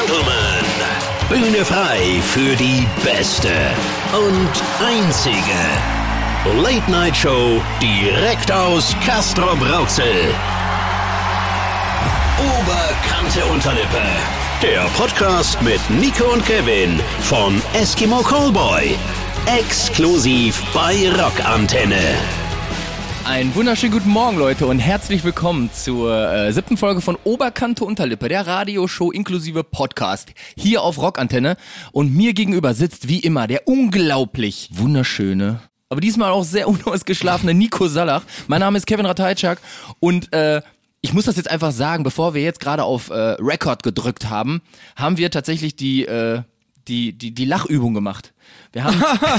Gentlemen, Bühne frei für die beste und einzige Late-Night-Show direkt aus Castrop-Rauxel. Oberkante Unterlippe. Der Podcast mit Nico und Kevin von Eskimo Callboy. Exklusiv bei Rockantenne. Einen wunderschönen guten Morgen, Leute, und herzlich willkommen zur 7. Folge von Oberkante Unterlippe, der Radioshow inklusive Podcast, hier auf Rockantenne. Und mir gegenüber sitzt wie immer der unglaublich wunderschöne, aber diesmal auch sehr unausgeschlafene Nico Sallach. Mein Name ist Kevin Ratajczak und ich muss das jetzt einfach sagen, bevor wir jetzt gerade auf Record gedrückt haben, haben wir tatsächlich die Lachübung gemacht. Wir haben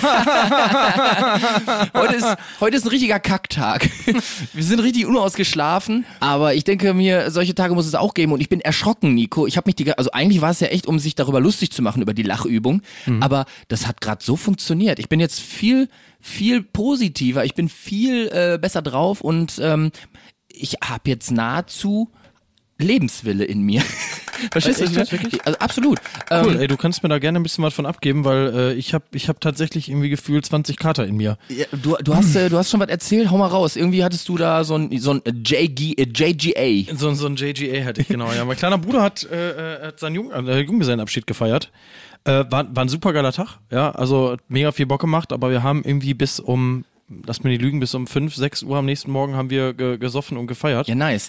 heute ist ein richtiger Kacktag. Wir sind richtig unausgeschlafen, aber ich denke mir, solche Tage muss es auch geben und ich bin erschrocken, Nico. Ich habe mich also eigentlich war es ja echt, um sich darüber lustig zu machen über die Lachübung, aber das hat gerade so funktioniert. Ich bin jetzt viel positiver, ich bin viel besser drauf und ich habe jetzt nahezu Lebenswille in mir. Verstehst du das wirklich? Also absolut. Cool, ey, du kannst mir da gerne ein bisschen was von abgeben, weil ich hab tatsächlich irgendwie gefühlt 20 Kater in mir. Ja, du hast schon was erzählt, hau mal raus. Irgendwie hattest du da so ein JGA. So ein JGA hatte ich, genau, ja. Mein kleiner Bruder hat seinen Junggesellenabschied gefeiert. War ein super geiler Tag, ja, also mega viel Bock gemacht, aber wir haben irgendwie bis um 5, 6 Uhr am nächsten Morgen haben wir gesoffen und gefeiert. Ja, nice.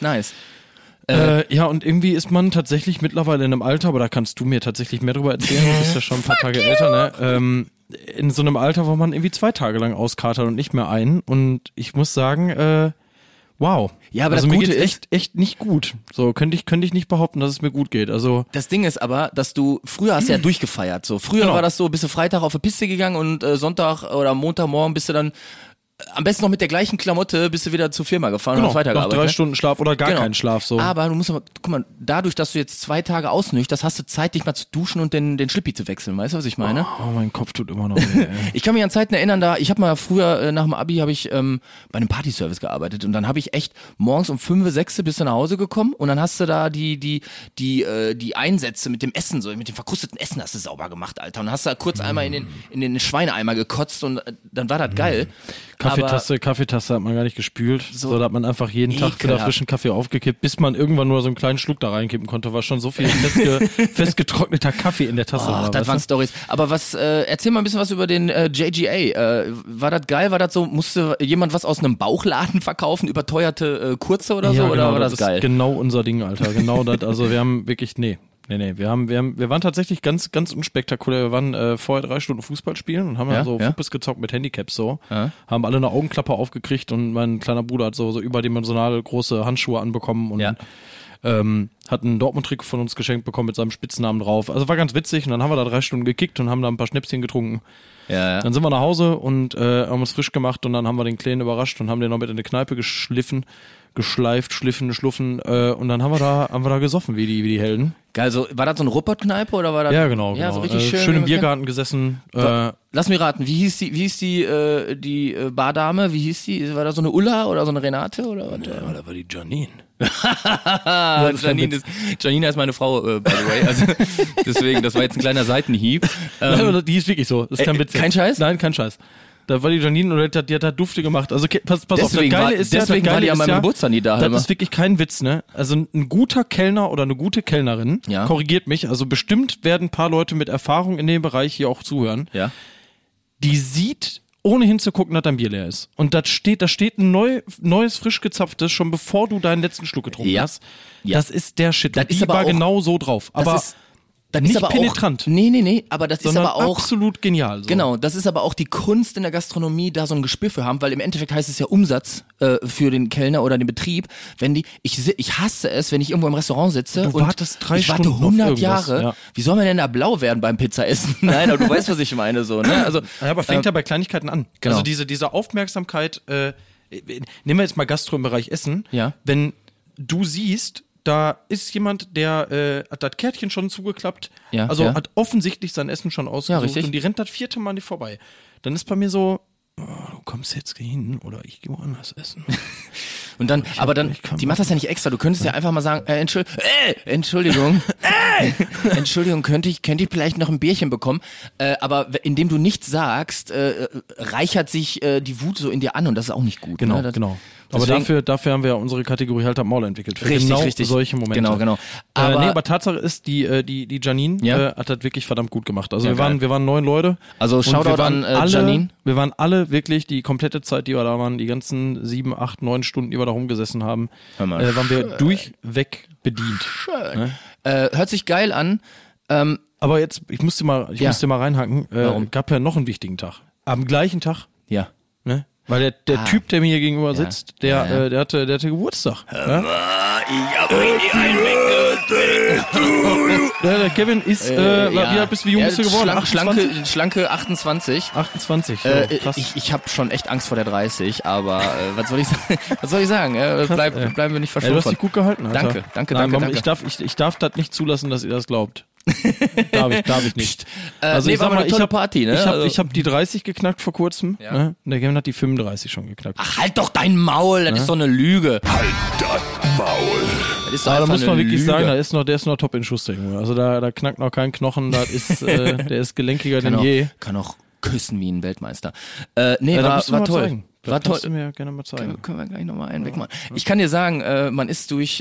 Ja, und irgendwie ist man tatsächlich mittlerweile in einem Alter, aber da kannst du mir tatsächlich mehr drüber erzählen, du bist ja schon ein paar Tage älter, ne? In so einem Alter, wo man irgendwie 2 Tage lang auskatert und nicht mehr einen. Und ich muss sagen, wow. Ja, aber also das mir Gute geht's echt nicht gut. So, könnte ich nicht behaupten, dass es mir gut geht. Also das Ding ist aber, dass du früher hast ja durchgefeiert. So früher Genau. war das so, bist du Freitag auf die Piste gegangen und Sonntag oder Montagmorgen bist du dann am besten noch mit der gleichen Klamotte bist du wieder zur Firma gefahren und hast weitergearbeitet. Noch 3 Stunden Schlaf oder gar keinen Schlaf. So. Aber du musst aber, guck mal, dadurch, dass du jetzt 2 Tage ausnüchterst, hast du Zeit, dich mal zu duschen und den Schlippi zu wechseln. Weißt du, was ich meine? Oh, mein Kopf tut immer noch weh. Ich kann mich an Zeiten erinnern, ich habe mal früher nach dem Abi bei einem Partyservice gearbeitet und dann habe ich echt morgens um 5, 6 bist du nach Hause gekommen und dann hast du da die Einsätze mit dem Essen, so mit dem verkrusteten Essen hast du sauber gemacht, Alter. Und hast da kurz einmal in den Schweineeimer gekotzt und dann war das geil. Kaffeetasse hat man gar nicht gespült. So, da hat man einfach jeden Tag wieder frischen Kaffee aufgekippt, bis man irgendwann nur so einen kleinen Schluck da reinkippen konnte, war schon so viel festgetrockneter Kaffee in der Tasse. Ach, das waren Storys. Aber erzähl mal ein bisschen was über den JGA. War das geil? War das so, musste jemand was aus einem Bauchladen verkaufen, überteuerte Kurze oder so? Ja, oder genau, war das geil? Ist genau unser Ding, Alter. Genau das. Also wir haben wirklich, nee. Wir waren tatsächlich ganz, ganz unspektakulär. Wir waren vorher 3 Stunden Fußball spielen und haben Fußball gezockt mit Handicaps so. Ja. Haben alle eine Augenklappe aufgekriegt und mein kleiner Bruder hat so überdimensional große Handschuhe anbekommen und hat einen Dortmund-Trikot von uns geschenkt bekommen mit seinem Spitznamen drauf. Also war ganz witzig und dann haben wir da 3 Stunden gekickt und haben da ein paar Schnäpschen getrunken. Ja. Dann sind wir nach Hause und haben uns frisch gemacht und dann haben wir den Kleinen überrascht und haben den noch mit in die Kneipe geschliffen und dann haben wir da gesoffen wie die Helden. Geil, also war das so eine Ruppert-Kneipe oder war das? Ja, genau. So richtig schön im Biergarten gesessen. Lass mich raten, wie hieß die Bardame? Wie hieß die? War da so eine Ulla oder so eine Renate oder was? Ja, da war die Janine. Janine ist meine Frau, by the way. Also deswegen, das war jetzt ein kleiner Seitenhieb. Die hieß wirklich so. Das ist kein Witz. Kein Scheiß? Nein, kein Scheiß. Da war die Janine und die hat da Dufte gemacht. Also pass auf, das Geile ist deswegen war die an meinem Geburtstag nie da. Das ist wirklich kein Witz, ne? Also ein guter Kellner oder eine gute Kellnerin, korrigiert mich, also bestimmt werden ein paar Leute mit Erfahrung in dem Bereich hier auch zuhören. Ja. Die sieht, ohne hinzugucken, dass dein Bier leer ist. Und da steht ein neues, frisch gezapftes, schon bevor du deinen letzten Schluck getrunken hast. Ja. Das ist der Shit. Und die war genau so drauf. Aber das nicht ist aber penetrant. Auch, nee, aber das ist aber auch absolut genial. So. Genau, das ist aber auch die Kunst in der Gastronomie, da so ein Gespür für haben, weil im Endeffekt heißt es ja Umsatz für den Kellner oder den Betrieb. Wenn ich hasse es, wenn ich irgendwo im Restaurant sitze du wartest 3 Stunden warte 100 auf Jahre. Ja. Wie soll man denn da blau werden beim Pizzaessen? Nein, aber du weißt, was ich meine, so, ne? Also, ja, aber fängt ja bei Kleinigkeiten an. Genau. Also diese Aufmerksamkeit, nehmen wir jetzt mal Gastro im Bereich Essen. Ja. Wenn du siehst, da ist jemand, der hat das Kärtchen schon zugeklappt, hat offensichtlich sein Essen schon ausgesucht und die rennt das 4. Mal nicht vorbei. Dann ist bei mir so, du kommst jetzt hin oder ich gehe woanders essen. Und dann, die macht das ja nicht extra. Du könntest ja einfach mal sagen, Entschuldigung, Entschuldigung, könnte ich vielleicht noch ein Bierchen bekommen? Aber indem du nichts sagst, reichert sich die Wut so in dir an und das ist auch nicht gut. Genau, ne? genau. Aber dafür haben wir ja unsere Kategorie halt am Maul entwickelt. Für Richtig. Solche Momente. Genau. Aber Tatsache ist, die Janine hat das wirklich verdammt gut gemacht. Also wir waren 9 Leute. Also Shoutout an Janine. Wir waren alle wirklich die komplette Zeit, die wir da waren, die ganzen 7, 8, 9 Stunden, die wir da rumgesessen haben, waren wir durchweg bedient. Schön. Ne? Hört sich geil an. Aber jetzt, ich musste mal reinhaken. Warum? Gab ja noch einen wichtigen Tag. Am gleichen Tag. Ja. Ne? Weil der Typ, der mir hier gegenüber sitzt, der hatte Geburtstag. Ja? Ich hab richtig einen weggedrückt. Der Kevin ist, wie jung bist du geworden? Schlanke 28. 28, so, krass. Ich habe schon echt Angst vor der 30, aber was soll ich sagen? Bleiben wir nicht verschont. Du hast dich gut gehalten, Alter. Danke. Ich darf das nicht zulassen, dass ihr das glaubt. Darf ich nicht. Also ich sag mal, ich hab Party, ne? Ich hab die 30 geknackt vor kurzem. Ja. Ne? Der Kevin hat die 35 schon geknackt. Ach, halt doch dein Maul, das ist doch eine Lüge. Halt das Maul. Das ist doch da muss man wirklich Lüge. sagen, der ist noch top in Schuss, der Junge. Also da knackt noch kein Knochen, der ist gelenkiger denn je. Kann auch küssen wie ein Weltmeister. War toll. Zeigen. War toll. Kannst du mir gerne mal zeigen. Können wir gleich nochmal einen wegmachen. Ich kann dir sagen, man ist durch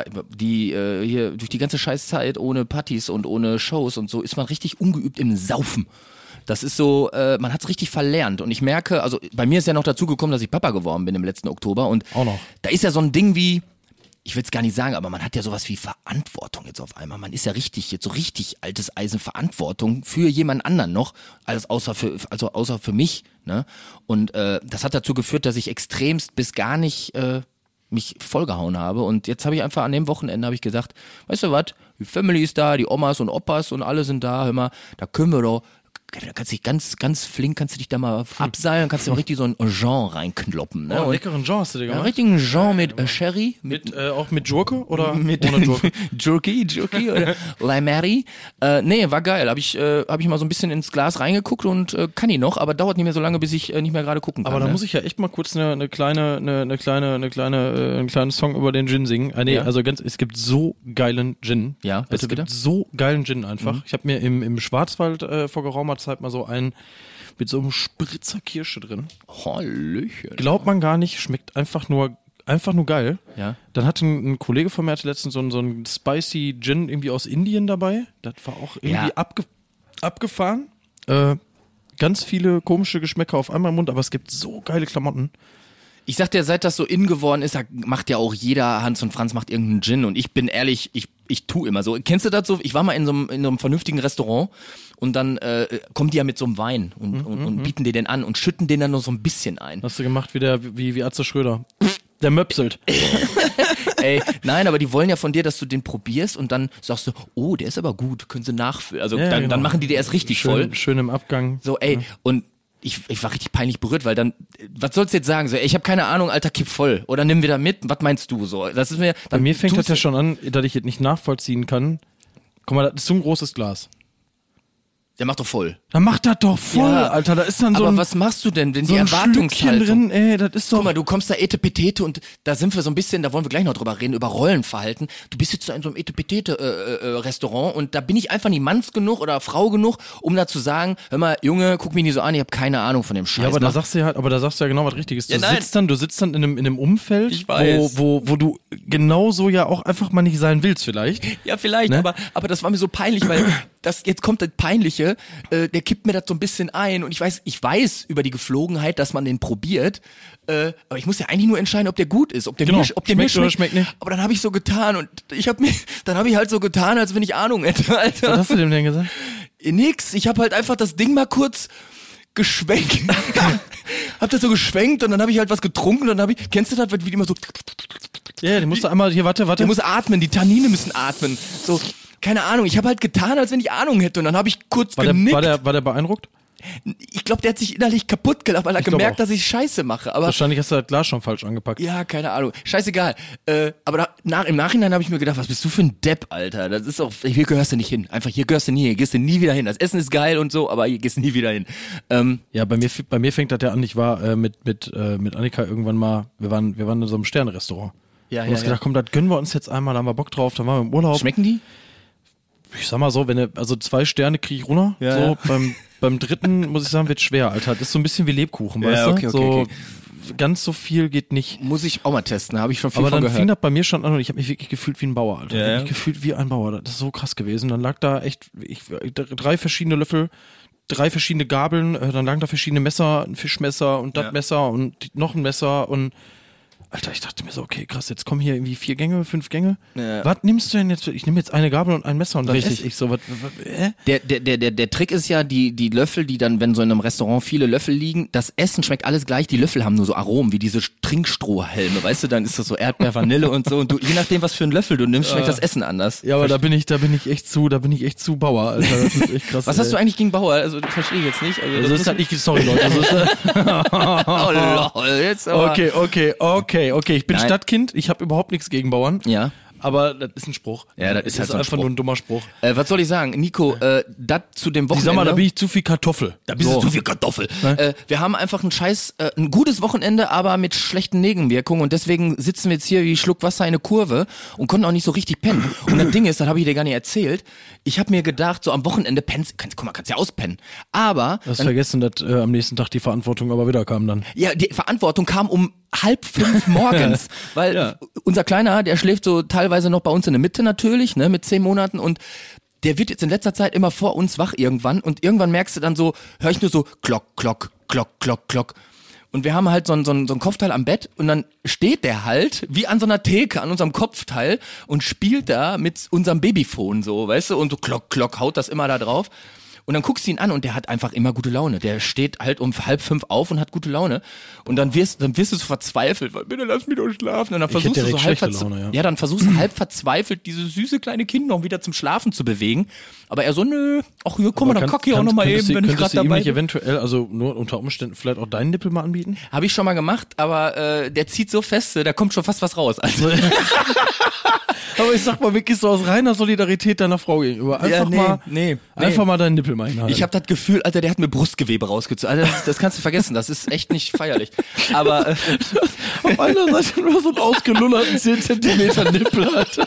die ganze Scheißzeit ohne Partys und ohne Shows und so, ist man richtig ungeübt im Saufen. Das ist so, man hat's richtig verlernt. Und ich merke, also bei mir ist ja noch dazu gekommen, dass ich Papa geworden bin im letzten Oktober. Und auch noch. Da ist ja so ein Ding wie, ich will es gar nicht sagen, aber man hat ja sowas wie Verantwortung jetzt auf einmal. Man ist ja richtig altes Eisen Verantwortung für jemand anderen noch, außer für mich. Ne? Und das hat dazu geführt, dass ich extremst bis gar nicht mich vollgehauen habe. Und jetzt habe ich einfach an dem Wochenende gesagt, weißt du was, die Family ist da, die Omas und Opas und alle sind da, hör mal, da können wir doch. Da kannst du dich ganz flink, kannst du dich da mal abseilen, kannst du mal richtig so ein Jean reinkloppen. Ne? Oh, leckeren Jean hast du dir gemacht? Einen richtigen Jean mit Sherry. Auch mit Gurke oder ohne Gurke? Jerky oder Limeri. War geil. Hab ich mal so ein bisschen ins Glas reingeguckt und kann ich noch, aber dauert nicht mehr so lange, bis ich nicht mehr gerade gucken kann. Aber da muss ich ja echt mal kurz einen kleinen Song über den Gin singen. Es gibt so geilen Gin. Ja, bitte. Es gibt so geilen Gin einfach. Mhm. Ich habe mir im Schwarzwald vor geraumer Zeit mal so einen mit so einem Spritzer Kirsche drin. Hallöchen. Glaubt man gar nicht, schmeckt einfach nur geil. Ja. Dann hatte ein Kollege von mir letztens so einen Spicy Gin irgendwie aus Indien dabei. Das war auch irgendwie abgefahren. Ganz viele komische Geschmäcker auf einmal im Mund, aber es gibt so geile Klamotten. Ich sag dir, seit das so in geworden ist, macht ja auch jeder, Hans und Franz macht irgendeinen Gin und ich bin ehrlich, ich tu immer so. Kennst du das so? Ich war mal in so einem vernünftigen Restaurant und dann kommen die ja mit so einem Wein und bieten dir den an und schütten den dann noch so ein bisschen ein. Hast du gemacht wie Atze Schröder. Der möpselt. Ey, nein, aber die wollen ja von dir, dass du den probierst und dann sagst du, oh, der ist aber gut, können sie nachfüllen. Also ja, dann machen die dir erst richtig voll. Schön im Abgang. So, ey, und ich war richtig peinlich berührt, weil dann, was sollst du jetzt sagen? So, ey, ich habe keine Ahnung, Alter, kipp voll. Oder nimm wieder mit, was meinst du so? Das ist mir. Bei mir fängt das ja schon an, dass ich jetzt nicht nachvollziehen kann. Guck mal, das ist so ein großes Glas. Der macht doch voll. Dann macht das doch voll, ja, Alter. Da ist dann so aber was machst du denn, wenn so die Erwartungshaltung drin, ey, das ist doch. Guck mal, du kommst da Etepetete und da sind wir so ein bisschen, da wollen wir gleich noch drüber reden, über Rollenverhalten. Du bist jetzt da in so einem Etepetete-Restaurant und da bin ich einfach nicht Manns genug oder Frau genug, um da zu sagen, hör mal, Junge, guck mich nicht so an, ich habe keine Ahnung von dem Scheiß. Ja, aber da sagst du ja genau was Richtiges. Du sitzt dann in einem Umfeld, wo du genauso ja auch einfach mal nicht sein willst vielleicht. Ja, vielleicht, ne? aber das war mir so peinlich, weil jetzt kommt das Peinliche, der kippt mir das so ein bisschen ein und ich weiß über die Geflogenheit, dass man den probiert, aber ich muss ja eigentlich nur entscheiden, ob der gut ist, ob der mir schmeckt oder schmeckt nicht. Aber dann habe ich so getan und dann habe ich halt so getan, als wenn ich Ahnung hätte, Alter. Was hast du dem denn gesagt? Nix, ich habe halt einfach das Ding mal kurz geschwenkt. Hab das so geschwenkt und dann habe ich halt was getrunken und dann kennst du das, wie die immer so. Ja, die musst du einmal, hier, warte. Der muss atmen, die Tannine müssen atmen. So, keine Ahnung, ich habe halt getan, als wenn ich Ahnung hätte und dann habe ich kurz genickt. War der beeindruckt? glaube, der hat sich innerlich kaputt gelacht, weil er gemerkt, dass ich Scheiße mache. Aber wahrscheinlich hast du das Glas schon falsch angepackt. Ja, keine Ahnung. Scheißegal. Aber im Nachhinein habe ich mir gedacht, was bist du für ein Depp, Alter? Das ist doch, hier gehörst du nicht hin. Einfach, hier gehörst du nie hin. Hier gehst du nie wieder hin. Das Essen ist geil und so, aber hier gehst du nie wieder hin. Ja, bei mir fängt das ja an. Ich war mit Annika irgendwann mal, wir waren in so einem Sternrestaurant. Ja, und uns gedacht, komm, das gönnen wir uns jetzt einmal, da haben wir Bock drauf, dann waren wir im Urlaub. Schmecken die? Ich sag mal so, also 2 Sterne kriege ich runter. Ja, so ja. Beim 3. muss ich sagen, wird schwer, Alter. Das ist so ein bisschen wie Lebkuchen, weißt du? Okay. Ganz so viel geht nicht. Muss ich auch mal testen, habe ich schon viel von gehört. Aber dann fing das bei mir schon an und ich habe mich wirklich gefühlt wie ein Bauer, Alter. Ich habe mich gefühlt wie ein Bauer. Das ist so krass gewesen. Dann lag da echt 3 verschiedene Löffel, 3 verschiedene Gabeln, dann lagen da verschiedene Messer, ein Fischmesser und das Messer und noch ein Messer und Alter, ich dachte mir so, okay, krass, jetzt kommen hier irgendwie 4 Gänge, 5 Gänge. Ja. Was nimmst du denn jetzt? Ich nehme jetzt eine Gabel und ein Messer und dann esse ich so. Der Trick ist ja, die Löffel, die dann, wenn so in einem Restaurant viele Löffel liegen, das Essen schmeckt alles gleich, die Löffel haben nur so Aromen, wie diese Trinkstrohhalme, weißt du, dann ist das so Erdbeer, Vanille und so und du, je nachdem, was für einen Löffel du nimmst, schmeckt das Essen anders. Ja, aber da bin ich echt zu Bauer, Alter, das ist echt krass. Was hast du eigentlich gegen Bauer? Also, das verstehe ich jetzt nicht. Also das ist halt nicht, sorry Leute. Oh, lol, jetzt aber. Okay, ich bin Stadtkind, ich habe überhaupt nichts gegen Bauern. Ja. Aber das ist ein Spruch. Ja, das ist halt so ein einfach Spruch. nur ein dummer Spruch. Was soll ich sagen? Nico, das zu dem Wochenende. Sag mal, da bin ich zu viel Kartoffel. Da bist du zu viel Kartoffel. Wir haben einfach ein gutes Wochenende, aber mit schlechten Nebenwirkungen und deswegen sitzen wir jetzt hier wie Schluck Wasser in eine Kurve und konnten auch nicht so richtig pennen. Und das Ding ist, das habe ich dir gar nicht erzählt, ich habe mir gedacht, so am Wochenende kannst ja auspennen. Aber... Du hast vergessen, dass am nächsten Tag die Verantwortung aber wieder kam dann. Ja, die Verantwortung kam um 4:30 morgens, weil unser Kleiner, der schläft so teilweise noch bei uns in der Mitte natürlich, ne, mit 10 Monaten und der wird jetzt in letzter Zeit immer vor uns wach irgendwann und irgendwann merkst du dann so, höre ich nur so Klock, Klock, Klock, Klock, Klock. Und wir haben halt so ein Kopfteil am Bett und dann steht der halt wie an so einer Theke an unserem Kopfteil und spielt da mit unserem Babyphone so, weißt du, und so Klock, Klock, haut das immer da drauf. Und dann guckst du ihn an und der hat einfach immer gute Laune. Der steht halt um 4:30 auf und hat gute Laune. Und dann wirst du so verzweifelt, weil bitte lass mich doch schlafen. Und dann versuchst du so dann versuchst du halb verzweifelt, dieses süße kleine Kind noch wieder zum Schlafen zu bewegen. Aber er so, nö, ach hier, komm mal, dann kacke ich auch noch mal eben, wenn ich gerade dabei bin. Eventuell, also nur unter Umständen vielleicht auch deinen Nippel mal anbieten? Habe ich schon mal gemacht, aber der zieht so fest, da kommt schon fast was raus. Also aber ich sag mal wirklich so aus reiner Solidarität deiner Frau gegenüber. Einfach mal deinen Nippel mal hinhalten. Ich habe das Gefühl, Alter, der hat mir Brustgewebe rausgezogen. Also das kannst du vergessen, das ist echt nicht feierlich. Aber auf einer Seite nur so einen ausgelullerten 10 Zentimeter Nippel hat.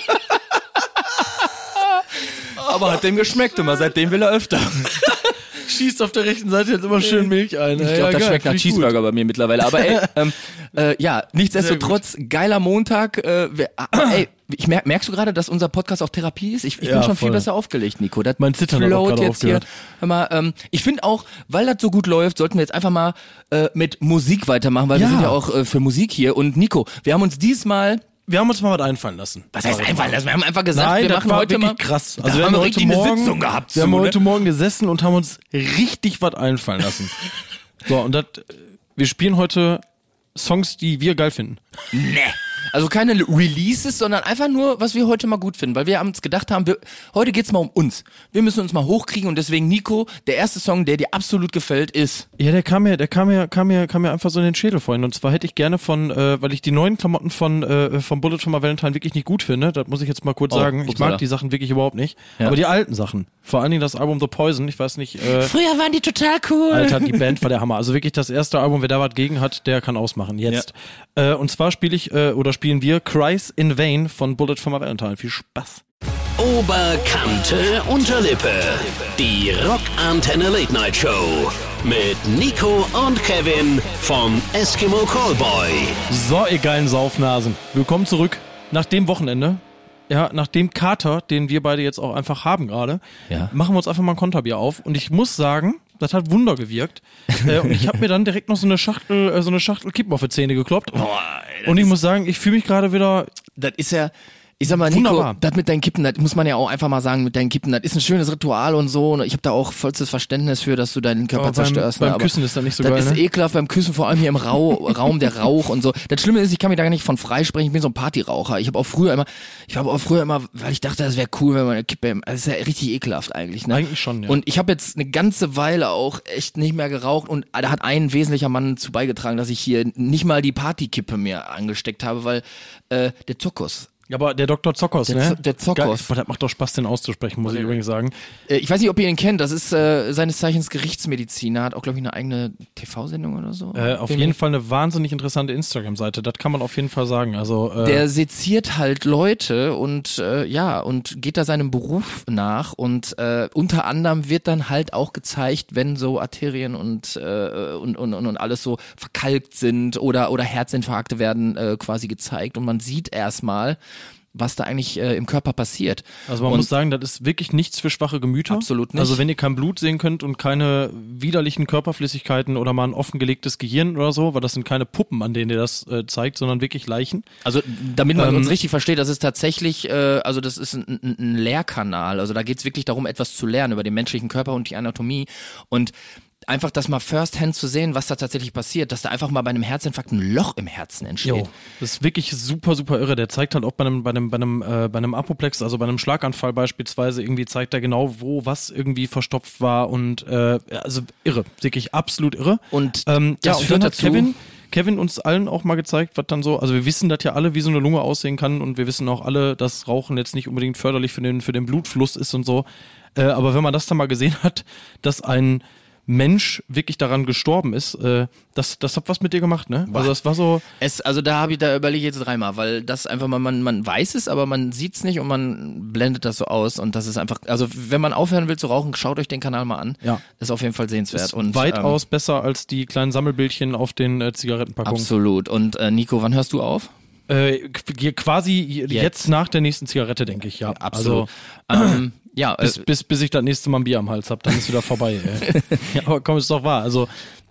Aber hat dem geschmeckt immer, seitdem will er öfter. Schießt auf der rechten Seite jetzt immer schön Milch ein. Ich glaube, das schmeckt nach Cheeseburger bei mir mittlerweile. Aber nichtsdestotrotz, geiler Montag. Merkst du gerade, dass unser Podcast auch Therapie ist? Ich bin schon viel besser aufgelegt, Nico. Das mein Zittern hat auch gerade aufgehört. Hör mal, ich finde auch, weil das so gut läuft, sollten wir jetzt einfach mal mit Musik weitermachen, weil wir sind ja auch für Musik hier. Und Nico, wir haben uns diesmal... Wir haben uns mal was einfallen lassen. Was heißt einfallen lassen? Wir haben einfach gesagt, wir machen heute mal... krass. Also wir haben richtig eine Sitzung gehabt. Wir haben heute Morgen gesessen und haben uns richtig was einfallen lassen. So, und wir spielen heute Songs, die wir geil finden. Nee. Also keine Releases, sondern einfach nur, was wir heute mal gut finden, weil wir uns gedacht haben, heute geht's mal um uns. Wir müssen uns mal hochkriegen und deswegen, Nico, der erste Song, der dir absolut gefällt, ist... Ja, der kam mir einfach so in den Schädel vorhin. Und zwar hätte ich gerne weil ich die neuen Klamotten von Bullet for My Valentine wirklich nicht gut finde, das muss ich jetzt mal kurz sagen. Ich mag die Sachen wirklich überhaupt nicht. Ja. Aber die alten Sachen, vor allen Dingen das Album The Poison, ich weiß nicht... Früher waren die total cool. Alter, die Band war der Hammer. Also wirklich das erste Album, wer da was gegen hat, der kann ausmachen. Jetzt. Ja. Und zwar spielen wir Cries in Vain von Bullet for My Valentine. Viel Spaß. Oberkante Unterlippe. Die Rockantenne Late Night Show. Mit Nico und Kevin vom Eskimo Callboy. So, ihr geilen Saufnasen. Willkommen zurück nach dem Wochenende. Ja, nach dem Kater, den wir beide jetzt auch einfach haben gerade, machen wir uns einfach mal ein Konterbier auf. Und ich muss sagen, das hat Wunder gewirkt. Und ich habe mir dann direkt noch so eine Schachtel Kippen auf die Zähne gekloppt. Boah, und ich muss sagen, ich fühle mich gerade wieder... Das ist ja... Ich sag mal, Nico, das mit deinen Kippen, das muss man ja auch einfach mal sagen, mit deinen Kippen, das ist ein schönes Ritual und so. Und ich habe da auch vollstes Verständnis für, dass du deinen Körper zerstörst. Beim Küssen ist das nicht so geil, Das ist ekelhaft beim Küssen, vor allem hier im Raum, der Rauch und so. Das Schlimme ist, ich kann mich da gar nicht von freisprechen, ich bin so ein Partyraucher. Ich habe auch früher immer, weil ich dachte, das wäre cool, wenn man eine Kippe, das ist ja richtig ekelhaft eigentlich. Ne? Eigentlich schon, ja. Und ich habe jetzt eine ganze Weile auch echt nicht mehr geraucht und da hat ein wesentlicher Mann zu beigetragen, dass ich hier nicht mal die Partykippe mehr angesteckt habe, weil der Zokos. Ja, aber der Dr. Zokos, ne? Der Zokos. Das macht doch Spaß, den auszusprechen, muss ich übrigens sagen. Ich weiß nicht, ob ihr ihn kennt. Das ist seines Zeichens Gerichtsmediziner. Hat auch, glaube ich, eine eigene TV-Sendung oder so. Auf jeden Fall eine wahnsinnig interessante Instagram-Seite. Das kann man auf jeden Fall sagen. Also der seziert halt Leute und und geht da seinem Beruf nach. Und unter anderem wird dann halt auch gezeigt, wenn so Arterien und alles so verkalkt sind oder Herzinfarkte werden quasi gezeigt. Und man sieht erstmal, was da eigentlich im Körper passiert. Also man muss sagen, das ist wirklich nichts für schwache Gemüter. Absolut nicht. Also wenn ihr kein Blut sehen könnt und keine widerlichen Körperflüssigkeiten oder mal ein offengelegtes Gehirn oder so, weil das sind keine Puppen, an denen ihr das zeigt, sondern wirklich Leichen. Also damit man uns richtig versteht, das ist tatsächlich, das ist ein Lehrkanal. Also da geht es wirklich darum, etwas zu lernen über den menschlichen Körper und die Anatomie und einfach das mal firsthand zu sehen, was da tatsächlich passiert, dass da einfach mal bei einem Herzinfarkt ein Loch im Herzen entsteht. Jo, das ist wirklich super, super irre. Der zeigt halt auch bei einem Apoplex, also bei einem Schlaganfall beispielsweise, irgendwie zeigt er genau, wo was irgendwie verstopft war und also irre, wirklich absolut irre. Und das führt dazu. Kevin uns allen auch mal gezeigt, was dann so, also wir wissen das ja alle, wie so eine Lunge aussehen kann und wir wissen auch alle, dass Rauchen jetzt nicht unbedingt förderlich für den Blutfluss ist und so. Aber wenn man das dann mal gesehen hat, dass ein Mensch wirklich daran gestorben ist, das hat was mit dir gemacht, ne? Boah. Also das war so. Da überlege ich jetzt dreimal, weil das einfach mal, man weiß es, aber man sieht's nicht und man blendet das so aus und das ist einfach, also wenn man aufhören will zu rauchen, schaut euch den Kanal mal an. Ja. Ist auf jeden Fall sehenswert. Ist und weitaus besser als die kleinen Sammelbildchen auf den Zigarettenpackungen. Absolut. Und Nico, wann hörst du auf? Quasi jetzt nach der nächsten Zigarette, denke ich, ja. Absolut. Also, bis ich das nächste Mal ein Bier am Hals habe, dann ist wieder vorbei. Ja, aber komm, ist doch wahr. Also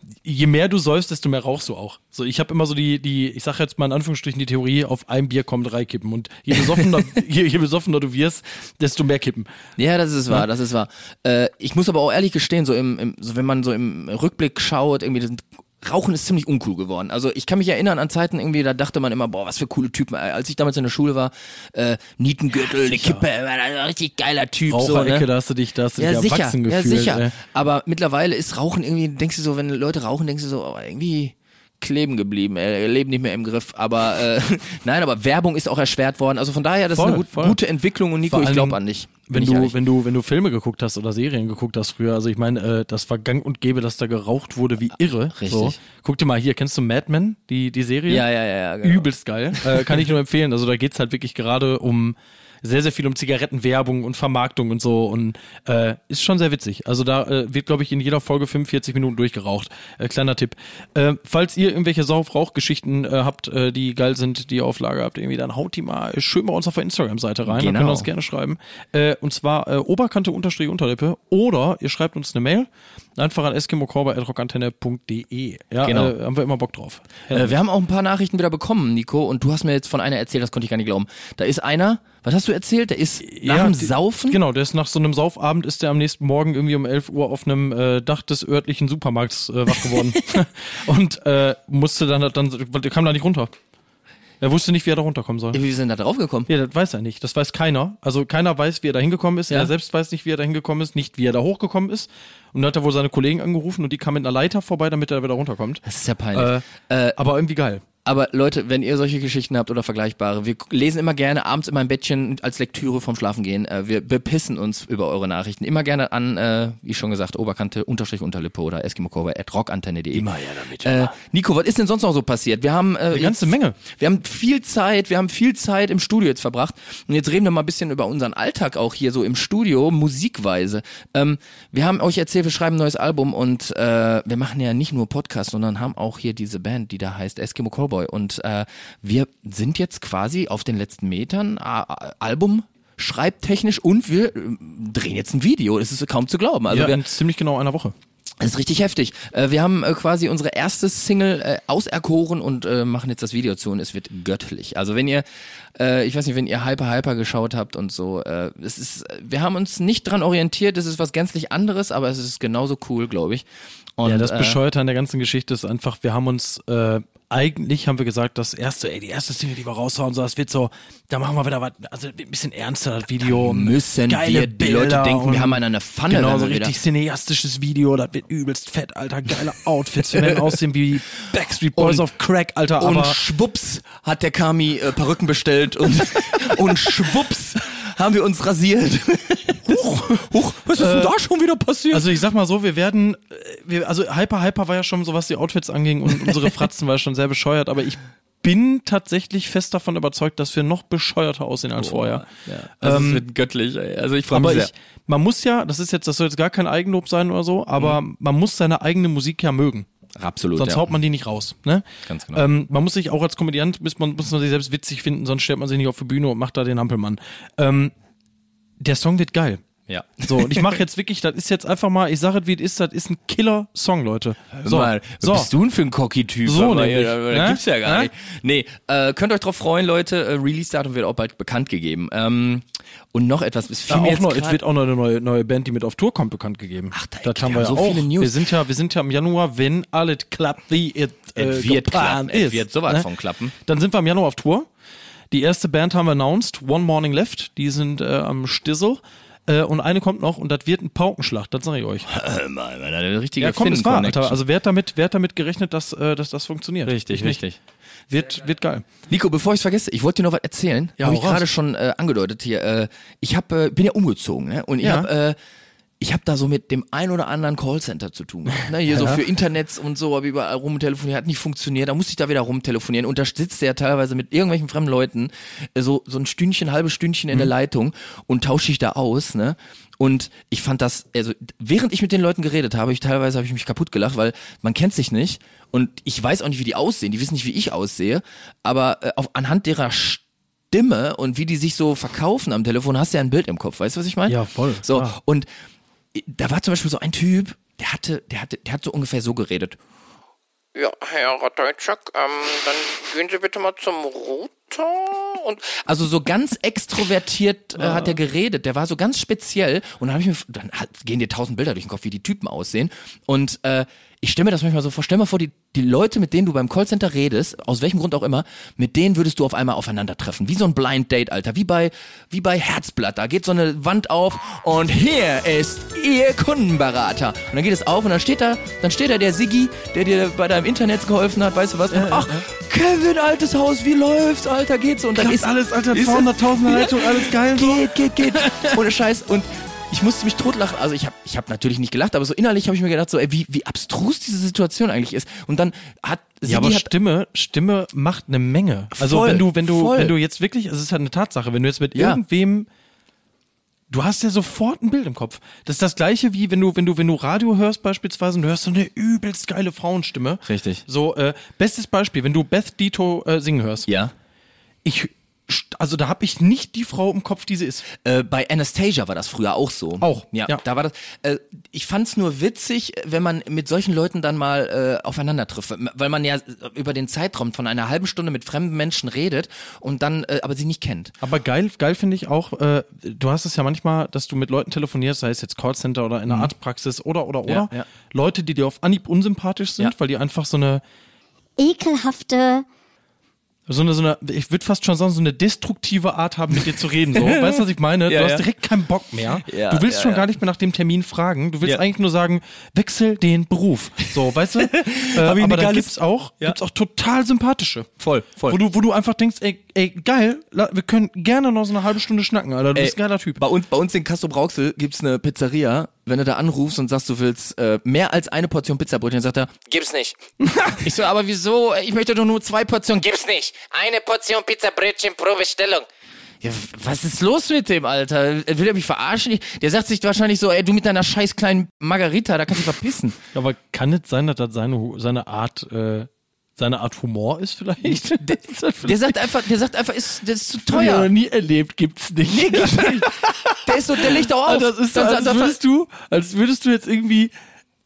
je mehr du säufst, desto mehr rauchst du auch. So, ich habe immer so ich sage jetzt mal in Anführungsstrichen die Theorie, auf ein Bier kommen 3 Kippen und je besoffener du wirst, desto mehr Kippen. Ja, das ist wahr, das ist wahr. Ich muss aber auch ehrlich gestehen, so wenn man so im Rückblick schaut, irgendwie Rauchen ist ziemlich uncool geworden. Also ich kann mich erinnern an Zeiten irgendwie, da dachte man immer, boah, was für coole Typen. Als ich damals in der Schule war, Nietengürtel, eine Kippe, war ein richtig geiler Typ. Raucherecke, so, ne? da hast du dich erwachsen gefühlt. Ja, sicher. Aber mittlerweile ist Rauchen irgendwie, denkst du so, wenn Leute rauchen, denkst du so, oh, irgendwie kleben geblieben, leben nicht mehr im Griff, aber nein, aber Werbung ist auch erschwert worden, also von daher, das ist eine gute Entwicklung und Nico, ich glaube an dich. Wenn du Filme geguckt hast oder Serien geguckt hast früher, also ich meine, das war gang und gäbe, dass da geraucht wurde wie irre. Richtig. So. Guck dir mal hier, kennst du Mad Men, die Serie? Ja, genau. Übelst geil. Kann ich nur empfehlen, also da geht's halt wirklich gerade sehr, sehr viel um Zigarettenwerbung und Vermarktung und so und ist schon sehr witzig. Also da wird, glaube ich, in jeder Folge 45 Minuten durchgeraucht. Kleiner Tipp. Falls ihr irgendwelche Sauf-Rauch-Geschichten habt, die geil sind, die ihr auf Lager habt, irgendwie, dann haut die mal schön bei uns auf der Instagram-Seite rein. Genau. Dann könnt ihr uns gerne schreiben. Und zwar Oberkante_Unterlippe oder ihr schreibt uns eine Mail einfach an eskimokorber@rockantenne.de. Ja, genau. Haben wir immer Bock drauf. Wir haben auch ein paar Nachrichten wieder bekommen, Nico, und du hast mir jetzt von einer erzählt, das konnte ich gar nicht glauben. Da ist einer, was hast du erzählt? Der ist nach dem Saufen? Genau, der ist nach so einem Saufabend, ist der am nächsten Morgen irgendwie um 11 Uhr auf einem Dach des örtlichen Supermarkts wach geworden. Und musste dann kam da nicht runter. Er wusste nicht, wie er da runterkommen soll. Wie sind da drauf gekommen? Ja, das weiß er nicht. Das weiß keiner. Also keiner weiß, wie er da hingekommen ist. Ja? Er selbst weiß nicht, wie er da hingekommen ist, nicht wie er da hochgekommen ist. Und dann hat er wohl seine Kollegen angerufen und die kamen mit einer Leiter vorbei, damit er wieder runterkommt. Das ist ja peinlich. Aber irgendwie geil. Aber Leute, wenn ihr solche Geschichten habt oder vergleichbare, wir lesen immer gerne abends in meinem Bettchen als Lektüre vom Schlafengehen. Wir bepissen uns über eure Nachrichten. Immer gerne an, wie schon gesagt, Oberkante_Unterlippe oder eskimokorber@rockantenne.de. Immer ja damit. Nico, was ist denn sonst noch so passiert? Wir haben eine ganze Menge. Wir haben viel Zeit im Studio jetzt verbracht. Und jetzt reden wir mal ein bisschen über unseren Alltag auch hier so im Studio, musikweise. Wir haben euch erzählt, wir schreiben ein neues Album und wir machen ja nicht nur Podcasts, sondern haben auch hier diese Band, die da heißt Eskimo Callboy. Und wir sind jetzt quasi auf den letzten Metern, Album schreibtechnisch und wir drehen jetzt ein Video. Das ist kaum zu glauben. Also in ziemlich genau einer Woche. Das ist richtig heftig. Wir haben quasi unsere erste Single auserkoren und machen jetzt das Video zu und es wird göttlich. Also wenn ihr, ich weiß nicht, wenn ihr Hyper geschaut habt und so, wir haben uns nicht dran orientiert, es ist was gänzlich anderes, aber es ist genauso cool, glaube ich. Und, das Bescheuerte an der ganzen Geschichte ist einfach, wir haben uns, eigentlich haben wir gesagt, die erste Single, die wir raushauen, so, das wird so, da machen wir wieder was, also ein bisschen ernster, das Video. Müssen geile wir, die Leute denken, wir haben eine Pfanne. Genau, so richtig cineastisches Video, das wird übelst fett, Alter, geile Outfits, wir werden aussehen wie Backstreet Boys auf Crack, Alter, und aber... schwupps hat der Kami Perücken bestellt und schwupps haben wir uns rasiert. Huch, was ist denn da schon wieder passiert? Also ich sag mal so, also Hyper war ja schon so, was die Outfits anging und unsere Fratzen war ja schon sehr bescheuert, aber ich bin tatsächlich fest davon überzeugt, dass wir noch bescheuerter aussehen als vorher. Ja. Also es wird göttlich, ey. Also ich freue mich sehr. Man muss ja, das soll jetzt gar kein Eigenlob sein oder so, aber man muss seine eigene Musik ja mögen. Absolut. Sonst haut man die nicht raus, ne? Ganz genau. Man muss sich auch als Komödiant, muss man sich selbst witzig finden, sonst stellt man sich nicht auf die Bühne und macht da den Hampelmann. Der Song wird geil. Ja. So, und ich mache jetzt wirklich, das ist jetzt einfach mal, ich sage es wie es ist, das ist ein Killer-Song, Leute. So, was bist du denn für ein Cocky-Typ? So, das gibt's ja gar nicht. Nee, könnt euch drauf freuen, Leute. Release-Datum wird auch bald bekannt gegeben. Und noch etwas, es wird auch noch eine neue Band, die mit auf Tour kommt, bekannt gegeben. Ach, da haben wir ja so auch. Viele News. Wir sind ja im Januar, wenn alles klappt, wie es wird klappen. ist. Es wird sowas von klappen. Dann sind wir im Januar auf Tour. Die erste Band haben wir announced, One Morning Left, die sind am Stissel. Und eine kommt noch und das wird ein Paukenschlag, das sage ich euch. Mann, eine richtige ja, komm, es war, Alter. Also wer hat damit gerechnet, dass das funktioniert? Richtig. Wird geil. Nico, bevor ich es vergesse, ich wollte dir noch was erzählen. Ja, habe ich gerade schon angedeutet hier. Ich bin ja umgezogen, ne? Und ich hab da so mit dem ein oder anderen Callcenter zu tun gehabt, ne? Hier so für Internets und so, habe überall rumtelefoniert, hat nicht funktioniert, da musste ich da wieder rumtelefonieren und da sitzt der teilweise mit irgendwelchen fremden Leuten so ein halbes Stündchen in der Leitung und tausche ich da aus, ne? Und ich fand das, also während ich mit den Leuten geredet habe, habe ich mich kaputt gelacht, weil man kennt sich nicht und ich weiß auch nicht, wie die aussehen, die wissen nicht, wie ich aussehe, aber anhand derer Stimme und wie die sich so verkaufen am Telefon, hast du ja ein Bild im Kopf, weißt du, was ich meine? Ja, voll. So, und da war zum Beispiel so ein Typ, der hat so ungefähr so geredet. Ja, Herr Ratajczak, dann gehen Sie bitte mal zum Router. Und also so ganz extrovertiert hat er geredet. Der war so ganz speziell. Und dann gehen dir 1000 Bilder durch den Kopf, wie die Typen aussehen. Und ich stelle mir das manchmal so vor, stell mal vor, die Leute, mit denen du beim Callcenter redest, aus welchem Grund auch immer, mit denen würdest du auf einmal aufeinandertreffen. Wie so ein Blind Date, Alter. Wie bei Herzblatt. Da geht so eine Wand auf und hier ist Ihr Kundenberater. Und dann geht es auf und dann steht da der Siggi, der dir bei deinem Internet geholfen hat, weißt du was? Und, ach, Kevin, altes Haus, wie läuft's, Alter, geht's? Und dann ist alles, Alter, 200.000 Leitung, alles geil. Geht. Ohne Scheiß. Und ich musste mich totlachen, also ich hab natürlich nicht gelacht, aber so innerlich habe ich mir gedacht, so, ey, wie abstrus diese Situation eigentlich ist. Und dann hat Sigi ja, aber Stimme macht eine Menge. Also voll, wenn du jetzt wirklich, es ist halt eine Tatsache, wenn du jetzt mit irgendwem, du hast ja sofort ein Bild im Kopf. Das ist das Gleiche wie wenn du Radio hörst beispielsweise und du hörst so eine übelst geile Frauenstimme. Richtig. So, bestes Beispiel, wenn du Beth Dito singen hörst. Ja. Also da habe ich nicht die Frau im Kopf, die sie ist. Bei Anastasia war das früher auch so. Auch. Ja. Da war das. Ich fand's nur witzig, wenn man mit solchen Leuten dann mal aufeinander trifft, weil man ja über den Zeitraum von einer halben Stunde mit fremden Menschen redet und dann aber sie nicht kennt. Aber geil finde ich auch, du hast es ja manchmal, dass du mit Leuten telefonierst, sei es jetzt Callcenter oder in der Arztpraxis oder. Ja. Leute, die dir auf Anhieb unsympathisch sind, weil die einfach so eine ekelhafte, ich würde fast schon sagen, so eine destruktive Art haben, mit dir zu reden. So. Weißt du, was ich meine? Du hast direkt keinen Bock mehr. Ja, du willst schon gar nicht mehr nach dem Termin fragen. Du willst eigentlich nur sagen, wechsel den Beruf. So, weißt du? Aber da gibt's auch total sympathische. Voll. Wo du einfach denkst, ey, geil, wir können gerne noch so eine halbe Stunde schnacken, Alter. Du bist ein geiler Typ. Bei uns in Castrop-Rauxel gibt's eine Pizzeria. Wenn du da anrufst und sagst, du willst mehr als eine Portion Pizzabrötchen, sagt er, gibt's nicht. Ich so, aber wieso? Ich möchte doch nur 2 Portionen. Gibt's nicht. Eine Portion Pizzabrötchen pro Bestellung. Ja, was ist los mit dem, Alter? Will er mich verarschen? Der sagt sich wahrscheinlich so, ey, du mit deiner scheiß kleinen Margarita, da kannst du verpissen. Aber kann es sein, dass das seine Art Humor ist vielleicht? Der sagt einfach, das ist zu teuer. Ich habe noch nie erlebt, gibt's nicht. Nee, gibt's nicht. Der legt auch auf. Das ist so, als würdest du jetzt irgendwie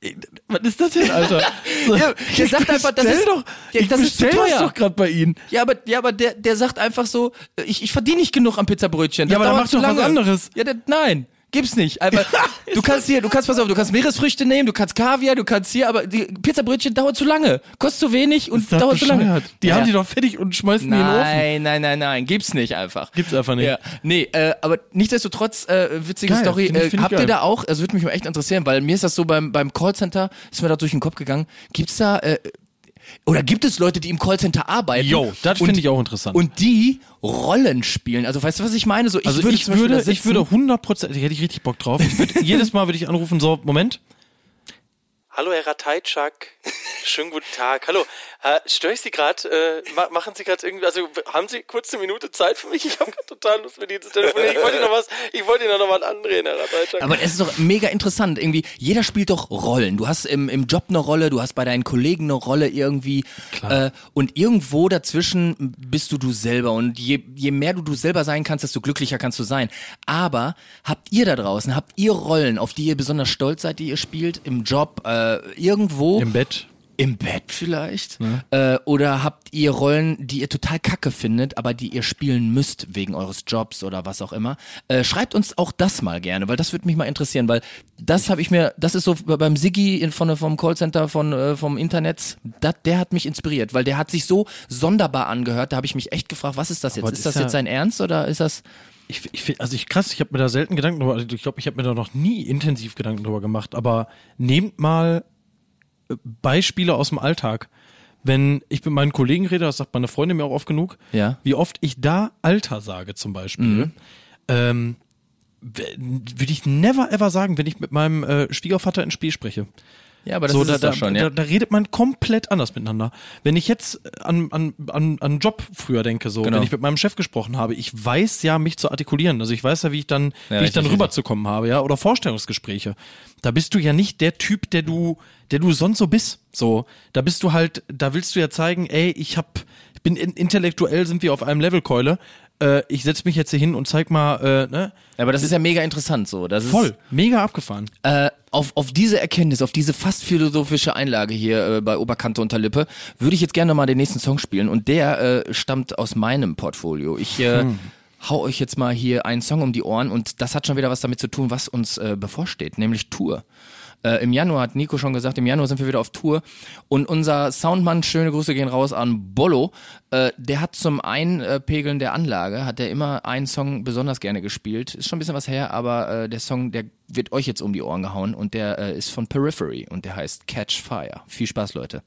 Was ist das denn, Alter? So, Ja, der sagt einfach, das ist doch, ja, ich das ist zu bestell das teuer. doch gerade bei Ihnen. Ja, aber der sagt einfach so, ich verdiene nicht genug am Pizzabrötchen. Ja, aber dann dauert mach zu doch was lange. anderes. Ja, nein, gibt's nicht. Einfach, du kannst Meeresfrüchte nehmen, du kannst Kaviar, aber die Pizzabrötchen dauert zu lange. Kostet zu wenig und Ist das dauert zu lange. bescheuert? Die Ja. haben die doch fertig und schmeißen die in den Ofen. Nein, gibt's nicht einfach. Gibt's einfach nicht. Ja, nee, aber nichtsdestotrotz, witzige Geil, Story. find ich Habt geil. ihr da auch, also würde mich mal echt interessieren, weil mir ist das so beim Callcenter, ist mir da durch den Kopf gegangen, gibt's da, oder gibt es Leute, die im Callcenter arbeiten? Jo, das und- finde ich auch interessant. Und die Rollen spielen. Also weißt du, was ich meine? So, Also ich würde 100%, hätte ich richtig Bock drauf. Jedes Mal würde ich anrufen, so, Moment. Hallo, Herr Rateitschak. Schönen guten Tag. Hallo. Störe ich Sie gerade? Machen Sie gerade irgendwie, also haben Sie kurz eine Minute Zeit für mich? Ich habe gerade total Lust mit Ihnen zu telefonieren. Ich wollte Ihnen noch was andrehen, Herr Rateitschak. Aber es ist doch mega interessant. Irgendwie, jeder spielt doch Rollen. Du hast im Job eine Rolle, du hast bei deinen Kollegen eine Rolle irgendwie. Und irgendwo dazwischen bist du selber. Und je mehr du selber sein kannst, desto glücklicher kannst du sein. Aber habt ihr da draußen, habt ihr Rollen, auf die ihr besonders stolz seid, die ihr spielt? Im Job, irgendwo? Im Bett. Im Bett vielleicht? Oder habt ihr Rollen, die ihr total kacke findet, aber die ihr spielen müsst wegen eures Jobs oder was auch immer? Schreibt uns auch das mal gerne, weil das würde mich mal interessieren, weil das ist so beim Siggi vom Callcenter vom Internet, der hat mich inspiriert, weil der hat sich so sonderbar angehört, da habe ich mich echt gefragt, was ist das jetzt? Aber Ist das das ist jetzt sein Ernst oder ist das... Krass, ich habe mir da selten Gedanken drüber, also ich glaube, ich habe mir da noch nie intensiv Gedanken drüber gemacht, aber nehmt mal Beispiele aus dem Alltag. Wenn ich mit meinen Kollegen rede, das sagt meine Freundin mir auch oft genug, Ja. wie oft ich da Alter sage zum Beispiel, würde ich never ever sagen, wenn ich mit meinem Schwiegervater ins Spiel spreche. Ja, aber das So, ist es doch schon, ja. da redet man komplett anders miteinander. Wenn ich jetzt an Job früher denke, so, Genau. wenn ich mit meinem Chef gesprochen habe, ich weiß ja, mich zu artikulieren. Also ich weiß ja, wie ich dann richtig. rüberzukommen habe, ja, oder Vorstellungsgespräche. Da bist du ja nicht der Typ, der du sonst so bist. So, da bist du halt, da willst du ja zeigen, ey, ich bin intellektuell sind wir auf einem Levelkeule. Ich setze mich jetzt hier hin und zeig mal, ne? Aber das ist ja mega interessant so. Das Voll, mega abgefahren. Auf diese Erkenntnis, auf diese fast philosophische Einlage hier bei Oberkante unter Lippe, würde ich jetzt gerne mal den nächsten Song spielen und der stammt aus meinem Portfolio. Ich hau euch jetzt mal hier einen Song um die Ohren und das hat schon wieder was damit zu tun, was uns bevorsteht, nämlich Tour. Im Januar hat Nico schon gesagt, im Januar sind wir wieder auf Tour und unser Soundmann, schöne Grüße gehen raus an Bollo, der hat zum Einpegeln der Anlage, hat er immer einen Song besonders gerne gespielt, ist schon ein bisschen was her, aber der Song, der wird euch jetzt um die Ohren gehauen und der ist von Periphery und der heißt Catch Fire. Viel Spaß, Leute.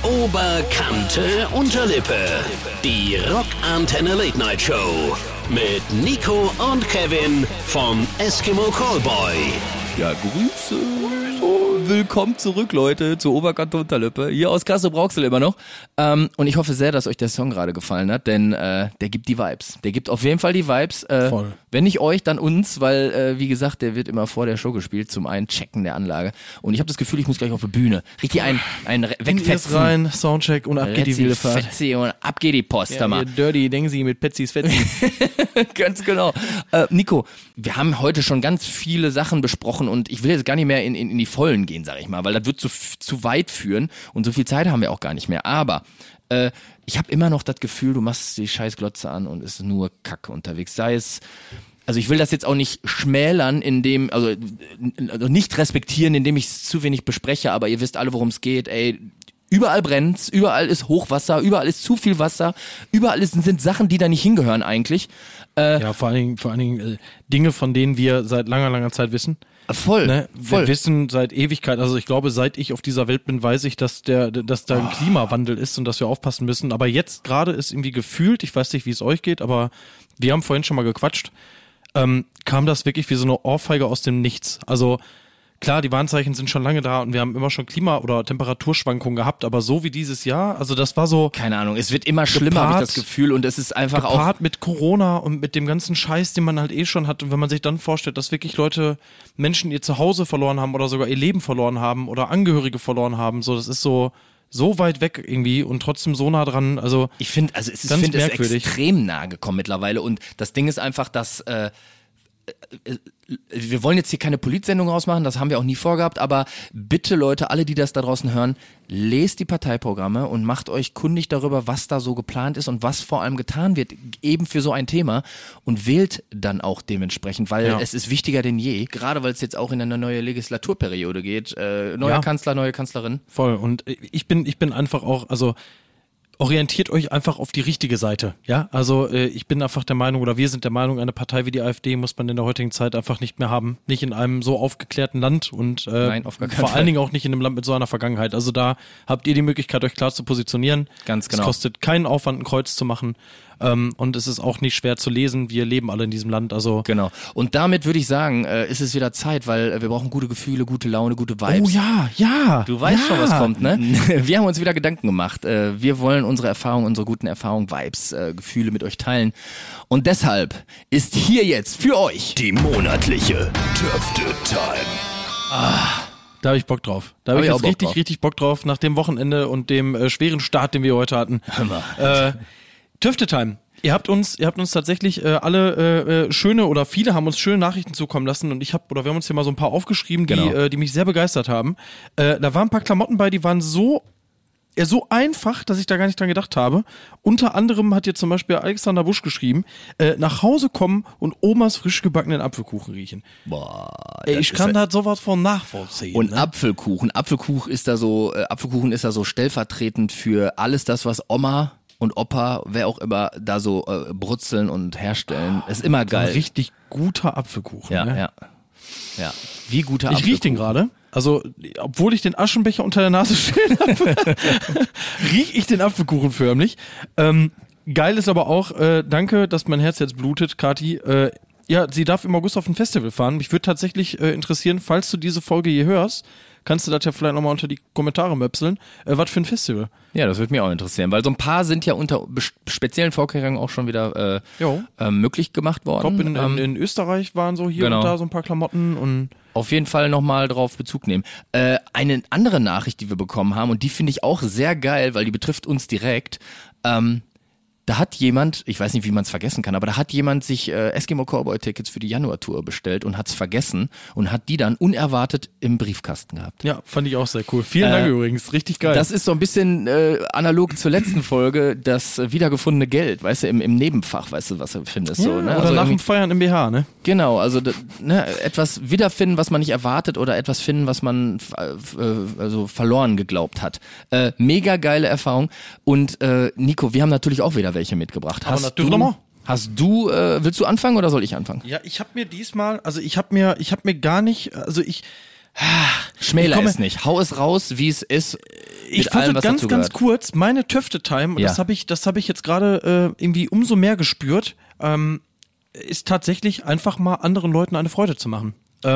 Oberkante Unterlippe. Die Rockantenne Late Night Show. Mit Nico und Kevin vom Eskimo Callboy. Ja, Grüße. Willkommen zurück, Leute, zu Oberkante Unterlippe. Hier aus Kassel-Brauxel immer noch. Und ich hoffe sehr, dass euch der Song gerade gefallen hat, denn der gibt die Vibes. Der gibt auf jeden Fall die Vibes. Voll. Wenn nicht euch, dann uns, weil, wie gesagt, der wird immer vor der Show gespielt, zum Einchecken der Anlage. Und ich habe das Gefühl, ich muss gleich auf die Bühne. Richtig ein Erst wegfetzen. rein, Soundcheck und ab geht die wilde Fahrt. Fetzi und ab geht die Post, Ja, mal. ihr Dirty Dengsi mit Petzis Fetzi. Ganz genau. Nico, wir haben heute schon ganz viele Sachen besprochen und ich will jetzt gar nicht mehr in die Vollen gehen, sag ich mal, weil das wird zu weit führen und so viel Zeit haben wir auch gar nicht mehr. Aber ich habe immer noch das Gefühl, du machst die scheiß Glotze an und ist nur Kacke unterwegs. Sei es, also ich will das jetzt auch nicht schmälern, also nicht respektieren, indem ich es zu wenig bespreche, aber ihr wisst alle, worum es geht, ey. Überall brennt's, überall ist Hochwasser, überall ist zu viel Wasser, überall sind Sachen, die da nicht hingehören eigentlich. Ja, vor allen Dingen Dinge, von denen wir seit langer Zeit wissen. Voll, Ne? voll. Wir wissen seit Ewigkeit, also ich glaube, seit ich auf dieser Welt bin, weiß ich, dass da ein Klimawandel ist und dass wir aufpassen müssen. Aber jetzt gerade ist irgendwie gefühlt, ich weiß nicht, wie es euch geht, aber wir haben vorhin schon mal gequatscht, kam das wirklich wie so eine Ohrfeige aus dem Nichts. Also klar, die Warnzeichen sind schon lange da und wir haben immer schon Klima- oder Temperaturschwankungen gehabt, aber so wie dieses Jahr, also das war so Keine Ahnung, es wird immer schlimmer, habe ich das Gefühl und es ist einfach auch... gepaart mit Corona und mit dem ganzen Scheiß, den man halt eh schon hat und wenn man sich dann vorstellt, dass wirklich Menschen ihr Zuhause verloren haben oder sogar ihr Leben verloren haben oder Angehörige verloren haben, so das ist so weit weg irgendwie und trotzdem so nah dran, also Ich finde, es ist merkwürdig. extrem nah gekommen mittlerweile und das Ding ist einfach, dass wir wollen jetzt hier keine Politsendung rausmachen, das haben wir auch nie vorgehabt, aber bitte Leute, alle, die das da draußen hören, lest die Parteiprogramme und macht euch kundig darüber, was da so geplant ist und was vor allem getan wird, eben für so ein Thema und wählt dann auch dementsprechend, weil es ist wichtiger denn je, gerade weil es jetzt auch in eine neue Legislaturperiode geht, neuer Kanzler, neue Kanzlerin. Voll, und ich bin einfach auch, also orientiert euch einfach auf die richtige Seite, ja, also ich bin einfach der Meinung, oder wir sind der Meinung, eine Partei wie die AfD muss man in der heutigen Zeit einfach nicht mehr haben, nicht in einem so aufgeklärten Land und Nein, auf gar keinen vor Fall. allen Dingen auch nicht in einem Land mit so einer Vergangenheit, also da habt ihr die Möglichkeit, euch klar zu positionieren. Ganz genau. Es kostet keinen Aufwand, ein Kreuz zu machen. Und es ist auch nicht schwer zu lesen. Wir leben alle in diesem Land, also. Genau. Und damit würde ich sagen, ist es wieder Zeit, weil wir brauchen gute Gefühle, gute Laune, gute Vibes. Oh ja. Du weißt schon, was kommt, ne? Wir haben uns wieder Gedanken gemacht. Wir wollen unsere Erfahrungen, unsere guten Erfahrungen, Vibes, Gefühle mit euch teilen. Und deshalb ist hier jetzt für euch Die monatliche Töfte-Time. Da habe ich Bock drauf. Da habe ich jetzt richtig Bock drauf, nach dem Wochenende und dem schweren Start, den wir heute hatten. Töfte-Time. Ihr habt uns tatsächlich alle schöne oder viele haben uns schöne Nachrichten zukommen lassen und wir haben uns hier mal so ein paar aufgeschrieben, die mich sehr begeistert haben. Da waren ein paar Klamotten bei, die waren so einfach, dass ich da gar nicht dran gedacht habe. Unter anderem hat hier zum Beispiel Alexander Busch geschrieben, nach Hause kommen und Omas frisch gebackenen Apfelkuchen riechen. Boah, Ich kann da sowas von nachvollziehen. Und ne? Apfelkuchen ist da so stellvertretend für alles das, was Oma und Opa, wer auch immer, da so brutzeln und herstellen. Ist immer geil. Ein richtig guter Apfelkuchen. Ja, ne? ja. Wie guter Ich riech den gerade. Also, obwohl ich den Aschenbecher unter der Nase stehen habe, riech ich den Apfelkuchen förmlich. Geil ist aber auch, danke, dass mein Herz jetzt blutet, Kathi. Ja, sie darf im August auf ein Festival fahren. Mich würde tatsächlich interessieren, falls du diese Folge hier hörst, kannst du das ja vielleicht nochmal unter die Kommentare möpseln. Was für ein Festival? Ja, das würde mich auch interessieren, weil so ein paar sind ja unter speziellen Vorkehrungen auch schon wieder möglich gemacht worden. Ich glaube, in Österreich waren so hier und da so ein paar Klamotten und auf jeden Fall nochmal drauf Bezug nehmen. Eine andere Nachricht, die wir bekommen haben, und die finde ich auch sehr geil, weil die betrifft uns direkt. Da hat jemand, ich weiß nicht, wie man es vergessen kann, aber da hat jemand sich Eskimo Callboy Tickets für die Januar-Tour bestellt und hat es vergessen und hat die dann unerwartet im Briefkasten gehabt. Ja, fand ich auch sehr cool. Vielen Dank übrigens, richtig geil. Das ist so ein bisschen analog zur letzten Folge, das wiedergefundene Geld, weißt du, im Nebenfach, weißt du, was du findest. Ja, so, ne? Oder also nach dem Feiern im BH, ne? Genau, also etwas wiederfinden, was man nicht erwartet oder etwas finden, was man also verloren geglaubt hat. Mega geile Erfahrung. Und Nico, wir haben natürlich auch wieder welche mitgebracht. Willst du anfangen oder soll ich anfangen? Ja, ich habe mir diesmal, ich habe mir gar nicht, Schmäler es nicht, hau es raus, wie es ist. Ich fasse ganz kurz, meine Töfte-Time, und das habe ich jetzt gerade irgendwie umso mehr gespürt, ist tatsächlich einfach mal anderen Leuten eine Freude zu machen.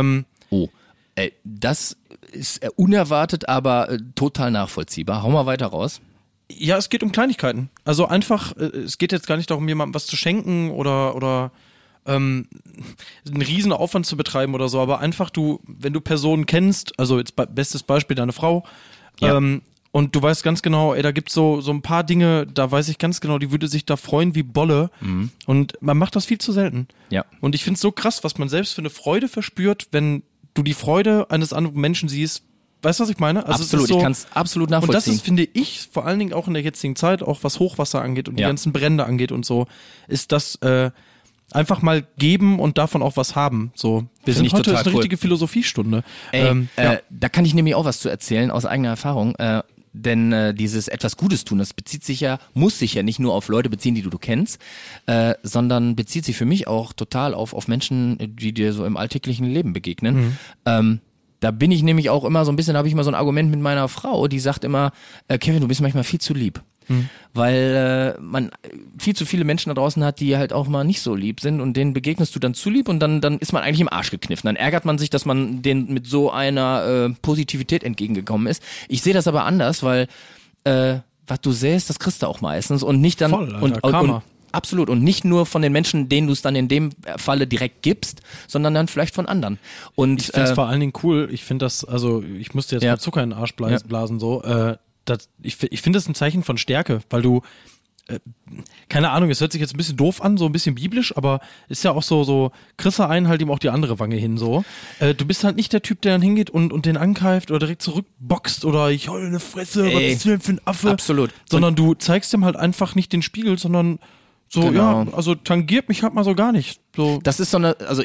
Das ist unerwartet, aber total nachvollziehbar. Hau mal weiter raus. Ja, es geht um Kleinigkeiten. Also einfach, es geht jetzt gar nicht darum, jemandem was zu schenken oder einen riesen Aufwand zu betreiben oder so, aber einfach wenn du Personen kennst, also jetzt bestes Beispiel deine Frau, und du weißt ganz genau, da gibt's so ein paar Dinge, da weiß ich ganz genau, die würde sich da freuen wie Bolle, und man macht das viel zu selten. Ja. Und ich find's so krass, was man selbst für eine Freude verspürt, wenn du die Freude eines anderen Menschen siehst. Weißt du, was ich meine? Also absolut, ich kann es absolut nachvollziehen. Und das ist, finde ich, vor allen Dingen auch in der jetzigen Zeit, auch was Hochwasser angeht und die ganzen Brände angeht und so, ist das einfach mal geben und davon auch was haben. So, wir sind heute ist eine richtige Philosophiestunde. Da kann ich nämlich auch was zu erzählen aus eigener Erfahrung. Denn dieses etwas Gutes tun, das muss sich ja nicht nur auf Leute beziehen, die du kennst, sondern bezieht sich für mich auch total auf Menschen, die dir so im alltäglichen Leben begegnen. Da bin ich nämlich auch immer so ein bisschen, da habe ich immer so ein Argument mit meiner Frau, die sagt immer, Kevin, du bist manchmal viel zu lieb. Weil man viel zu viele Menschen da draußen hat, die halt auch mal nicht so lieb sind und denen begegnest du dann zu lieb und dann ist man eigentlich im Arsch gekniffen. Dann ärgert man sich, dass man denen mit so einer Positivität entgegengekommen ist. Ich sehe das aber anders, weil was du sähst, das kriegst du auch meistens und nicht dann voll, Alter, Karma. Absolut. Und nicht nur von den Menschen, denen du es dann in dem Falle direkt gibst, sondern dann vielleicht von anderen. Und ich finde es vor allen Dingen cool. Ich finde das, also ich musste jetzt mal Zucker in den Arsch blasen, so. Ich finde das ein Zeichen von Stärke, weil du keine Ahnung, es hört sich jetzt ein bisschen doof an, so ein bisschen biblisch, aber ist ja auch so kriegst du einen halt ihm auch die andere Wange hin, so. Du bist halt nicht der Typ, der dann hingeht und den angreift oder direkt zurückboxt oder ich hol eine Fresse, was bist du denn für ein Affe? Absolut. Sondern du zeigst ihm halt einfach nicht den Spiegel, sondern so, Genau. ja, also tangiert mich halt mal so gar nicht. So. Das ist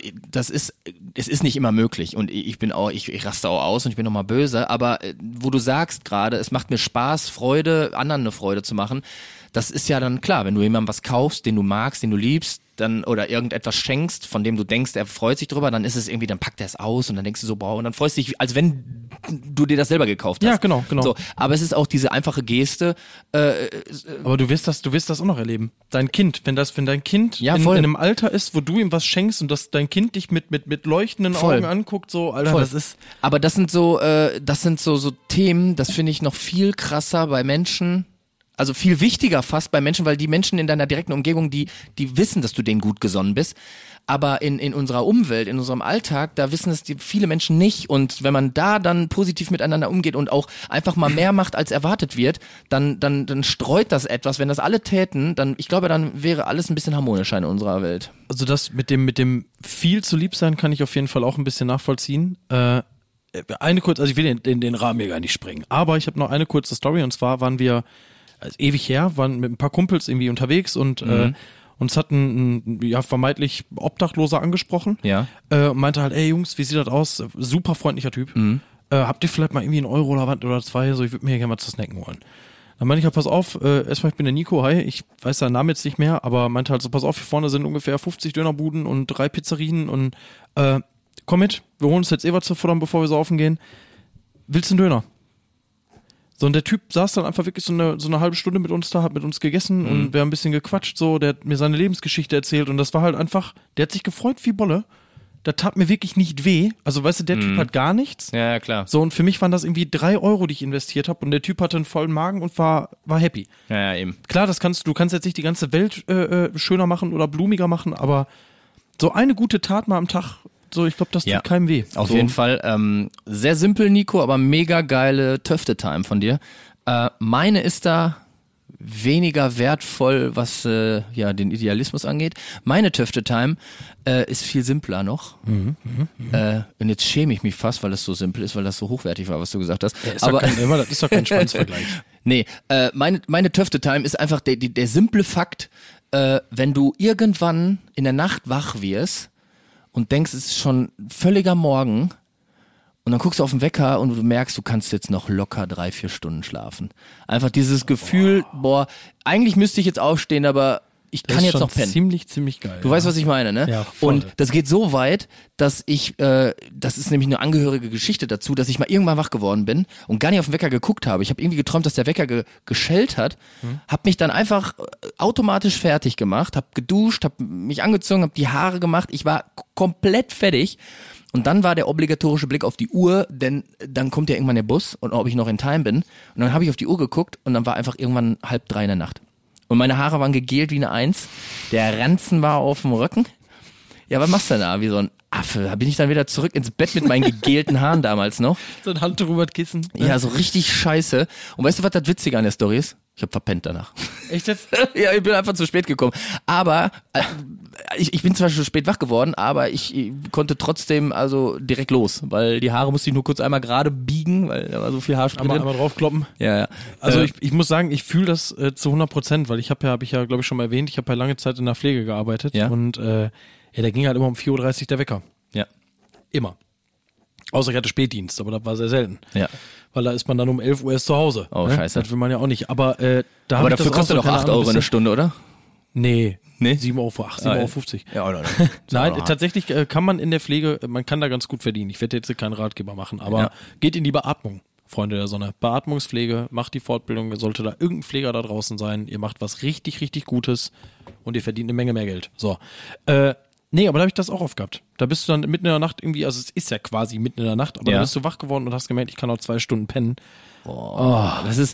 es ist nicht immer möglich und ich raste auch aus und ich bin noch mal böse, aber wo du sagst gerade, es macht mir Spaß, Freude, anderen eine Freude zu machen, das ist ja dann klar, wenn du jemandem was kaufst, den du magst, den du liebst, dann oder irgendetwas schenkst, von dem du denkst, er freut sich drüber, dann ist es irgendwie, dann packt er es aus und dann denkst du so, boah, und dann freust du dich, als wenn du dir das selber gekauft hast. Ja, genau. So, aber es ist auch diese einfache Geste. Aber du wirst das auch noch erleben. Dein Kind, wenn dein Kind in einem Alter ist, wo du ihm was schenkst und dass dein Kind dich mit leuchtenden Augen anguckt, so, Alter, das ist. Aber das sind so Themen, das finde ich noch viel krasser bei Menschen. Also viel wichtiger fast bei Menschen, weil die Menschen in deiner direkten Umgebung, die wissen, dass du denen gut gesonnen bist. Aber in unserer Umwelt, in unserem Alltag, da wissen es viele Menschen nicht. Und wenn man da dann positiv miteinander umgeht und auch einfach mal mehr macht, als erwartet wird, dann streut das etwas. Wenn das alle täten, ich glaube, dann wäre alles ein bisschen harmonischer in unserer Welt. Also das mit dem viel zu lieb sein kann ich auf jeden Fall auch ein bisschen nachvollziehen. Ich will in den Rahmen hier gar nicht sprengen. Aber ich habe noch eine kurze Story und zwar waren wir ewig her, waren mit ein paar Kumpels irgendwie unterwegs und uns hat ein vermeintlich Obdachloser angesprochen. Ja. Meinte halt, ey Jungs, wie sieht das aus? Super freundlicher Typ. Habt ihr vielleicht mal irgendwie einen Euro oder was oder zwei? So, ich würde mir hier gerne mal zu snacken wollen. Dann meinte ich halt, pass auf, erstmal, ich bin der Nico, hi, ich weiß seinen Namen jetzt nicht mehr, aber meinte halt so, pass auf, hier vorne sind ungefähr 50 Dönerbuden und 3 Pizzerien und komm mit, wir holen uns jetzt was zu futtern, bevor wir saufen gehen. Willst du einen Döner? So, und der Typ saß dann einfach wirklich so eine halbe Stunde mit uns da, hat mit uns gegessen und wir haben ein bisschen gequatscht, so, der hat mir seine Lebensgeschichte erzählt und das war halt einfach, der hat sich gefreut wie Bolle. Das tat mir wirklich nicht weh. Also, weißt du, der Typ hat gar nichts. Ja, klar. So, und für mich waren das irgendwie 3 Euro, die ich investiert habe und der Typ hatte einen vollen Magen und war happy. Ja, eben. Klar, du kannst jetzt nicht die ganze Welt schöner machen oder blumiger machen, aber so eine gute Tat mal am Tag, so, ich glaube, das tut keinem weh. Auf jeden Fall. Sehr simpel, Nico, aber mega geile Töfte-Time von dir. Meine ist da weniger wertvoll, was den Idealismus angeht. Meine Töfte-Time ist viel simpler noch. Und jetzt schäme ich mich fast, weil das so simpel ist, weil das so hochwertig war, was du gesagt hast. Ja, das ist doch kein Schwanzvergleich. Nee, meine Töfte-Time ist einfach der simple Fakt, wenn du irgendwann in der Nacht wach wirst und denkst, es ist schon völliger Morgen und dann guckst du auf den Wecker und du merkst, du kannst jetzt noch locker 3-4 Stunden schlafen. Einfach dieses Gefühl, eigentlich müsste ich jetzt aufstehen, aber ich kann jetzt noch pennen. Ziemlich geil. Du weißt, was ich meine, ne? Ja, voll. Und das geht so weit, dass das ist nämlich eine angehörige Geschichte dazu, dass ich mal irgendwann wach geworden bin und gar nicht auf den Wecker geguckt habe. Ich habe irgendwie geträumt, dass der Wecker geschellt hat, habe mich dann einfach automatisch fertig gemacht, habe geduscht, habe mich angezogen, habe die Haare gemacht. Ich war komplett fertig. Und dann war der obligatorische Blick auf die Uhr, denn dann kommt ja irgendwann der Bus und ob ich noch in Time bin. Und dann habe ich auf die Uhr geguckt und dann war einfach irgendwann 2:30 in der Nacht. Und meine Haare waren gegelt wie eine 1. Der Ranzen war auf dem Rücken. Ja, was machst du denn da? Wie so ein Affe. Da bin ich dann wieder zurück ins Bett mit meinen gegelten Haaren damals noch. So ein Handtuch über das Kissen. Ja, so richtig scheiße. Und weißt du, was das Witzige an der Story ist? Ich habe verpennt danach. Echt jetzt? Ja, ich bin einfach zu spät gekommen. Aber ich bin zwar schon spät wach geworden, aber ich konnte trotzdem also direkt los, weil die Haare musste ich nur kurz einmal gerade biegen, weil da war so viel Haarspray drin. Einmal draufkloppen. Ja. Also ich muss sagen, ich fühle das zu 100%, weil ich habe ja, glaube ich, schon mal erwähnt, ich habe ja lange Zeit in der Pflege gearbeitet und da ging halt immer um 4:30 Uhr der Wecker. Ja. Immer. Außer ich hatte Spätdienst, aber das war sehr selten. Ja. Weil da ist man dann um 11 Uhr erst zu Hause. Oh, ne? scheiße. Das will man ja auch nicht. Aber Aber dafür kostet doch 8 Euro eine Stunde, oder? Nee. 7,50 Euro, 7,50 Euro. Ja, oder? Nein, tatsächlich kann man in der Pflege, man kann da ganz gut verdienen. Ich werde jetzt keinen Ratgeber machen, aber geht in die Beatmung, Freunde der Sonne. Beatmungspflege, macht die Fortbildung, sollte da irgendein Pfleger da draußen sein. Ihr macht was richtig, richtig Gutes und ihr verdient eine Menge mehr Geld. So. Nee, aber da habe ich das auch oft gehabt. Da bist du dann mitten in der Nacht irgendwie, also es ist ja quasi mitten in der Nacht, aber da bist du wach geworden und hast gemerkt, ich kann noch 2 Stunden pennen. Das ist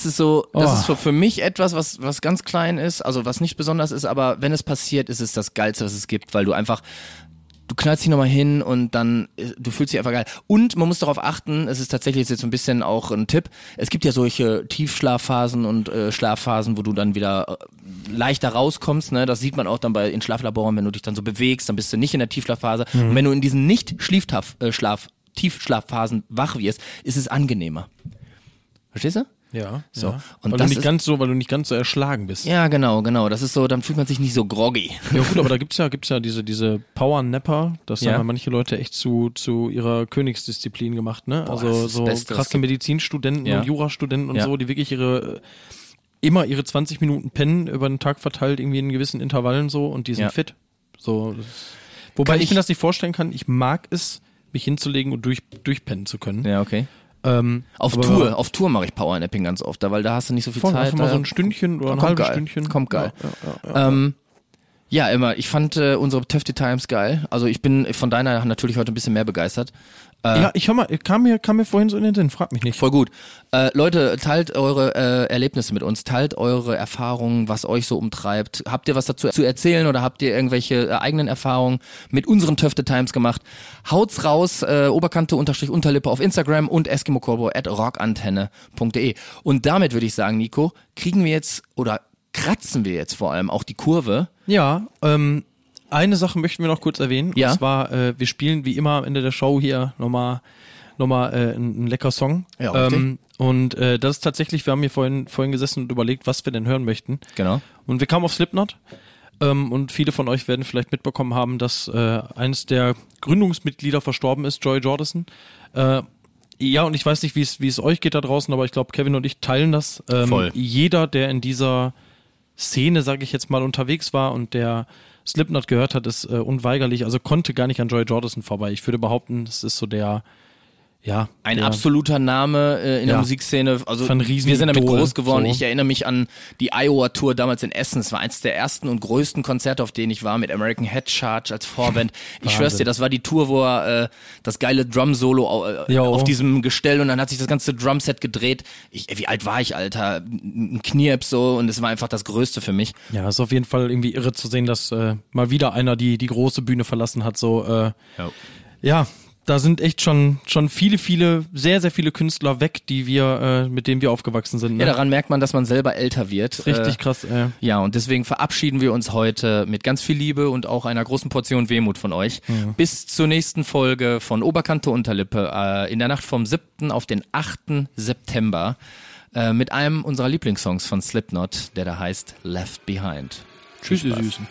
für mich etwas, was ganz klein ist, also was nicht besonders ist, aber wenn es passiert, ist es das Geilste, was es gibt, weil du einfach du knallst dich nochmal hin und dann, du fühlst dich einfach geil. Und man muss darauf achten, es ist tatsächlich jetzt so ein bisschen auch ein Tipp, es gibt ja solche Tiefschlafphasen und Schlafphasen, wo du dann wieder leichter rauskommst, ne? Das sieht man auch dann in Schlaflaboren, wenn du dich dann so bewegst, dann bist du nicht in der Tiefschlafphase. Und wenn du in diesen Tiefschlafphasen wach wirst, ist es angenehmer. Verstehst du? Ja. So. Ja. Und weil du nicht ganz so erschlagen bist. Ja, genau. Das ist so, dann fühlt man sich nicht so groggy. Ja gut, aber da gibt's ja diese Power-Napper, das haben manche Leute echt zu ihrer Königsdisziplin gemacht, ne? Boah, also so krasse Medizinstudenten und Jurastudenten und so, die wirklich immer ihre 20 Minuten pennen über den Tag verteilt, irgendwie in gewissen Intervallen so und die sind fit. So. Wobei ich mir das nicht vorstellen kann, ich mag es, mich hinzulegen und durchpennen zu können. Ja, okay. Auf Tour mache ich Powernapping ganz oft, weil da hast du nicht so viel Zeit. Einfach mal so ein Stündchen oder ein halbes Stündchen. Kommt geil. Ja, immer. Ich fand unsere Töfte Times geil. Also ich bin von deiner natürlich heute ein bisschen mehr begeistert. Ja, ich hör mal, kam mir vorhin so in den Sinn, frag mich nicht. Voll gut. Leute, teilt eure Erlebnisse mit uns, teilt eure Erfahrungen, was euch so umtreibt. Habt ihr was dazu zu erzählen oder habt ihr irgendwelche eigenen Erfahrungen mit unseren Töfte Times gemacht? Haut's raus, Oberkante_Unterlippe auf Instagram und eskimokolbo@rockantenne.de. Und damit würde ich sagen, Nico, kriegen wir jetzt oder kratzen wir jetzt vor allem auch die Kurve. Ja, eine Sache möchten wir noch kurz erwähnen. Ja. Und zwar, wir spielen wie immer am Ende der Show hier nochmal einen lecker Song. Ja, richtig. Und das ist tatsächlich, wir haben hier vorhin gesessen und überlegt, was wir denn hören möchten. Genau. Und wir kamen auf Slipknot. Und viele von euch werden vielleicht mitbekommen haben, dass eines der Gründungsmitglieder verstorben ist, Joey Jordison. Ja, und ich weiß nicht, wie es euch geht da draußen, aber ich glaube, Kevin und ich teilen das. Voll. Jeder, der in dieser Szene, sage ich jetzt mal, unterwegs war und der Slipknot gehört hat, ist unweigerlich, also konnte gar nicht an Joey Jordison vorbei. Ich würde behaupten, das ist so ein absoluter Name in der Musikszene. Also wir sind damit groß geworden. So. Ich erinnere mich an die Iowa-Tour damals in Essen. Es war eins der ersten und größten Konzerte, auf denen ich war, mit American Head Charge als Vorband. Ich schwör's dir, das war die Tour, wo er das geile Drum-Solo auf diesem Gestell und dann hat sich das ganze Drumset gedreht. Wie alt war ich, Alter? Ein Knirps so und es war einfach das Größte für mich. Ja, ist auf jeden Fall irgendwie irre zu sehen, dass mal wieder einer die große Bühne verlassen hat. So, ja. Da sind echt schon viele, sehr, sehr viele Künstler weg, mit denen wir aufgewachsen sind. Ne? Ja, daran merkt man, dass man selber älter wird. Richtig krass, Ja, und deswegen verabschieden wir uns heute mit ganz viel Liebe und auch einer großen Portion Wehmut von euch. Ja. Bis zur nächsten Folge von Oberkante Unterlippe in der Nacht vom 7. auf den 8. September mit einem unserer Lieblingssongs von Slipknot, der da heißt Left Behind. Tschüss, ihr Süßen.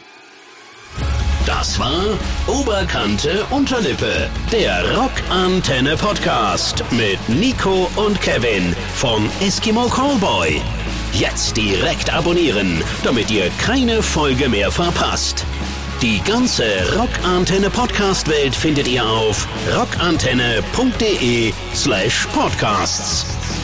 Das war Oberkante Unterlippe, der Rockantenne Podcast mit Nico und Kevin von Eskimo Callboy. Jetzt direkt abonnieren, damit ihr keine Folge mehr verpasst. Die ganze Rockantenne Podcast Welt findet ihr auf rockantenne.de/podcasts.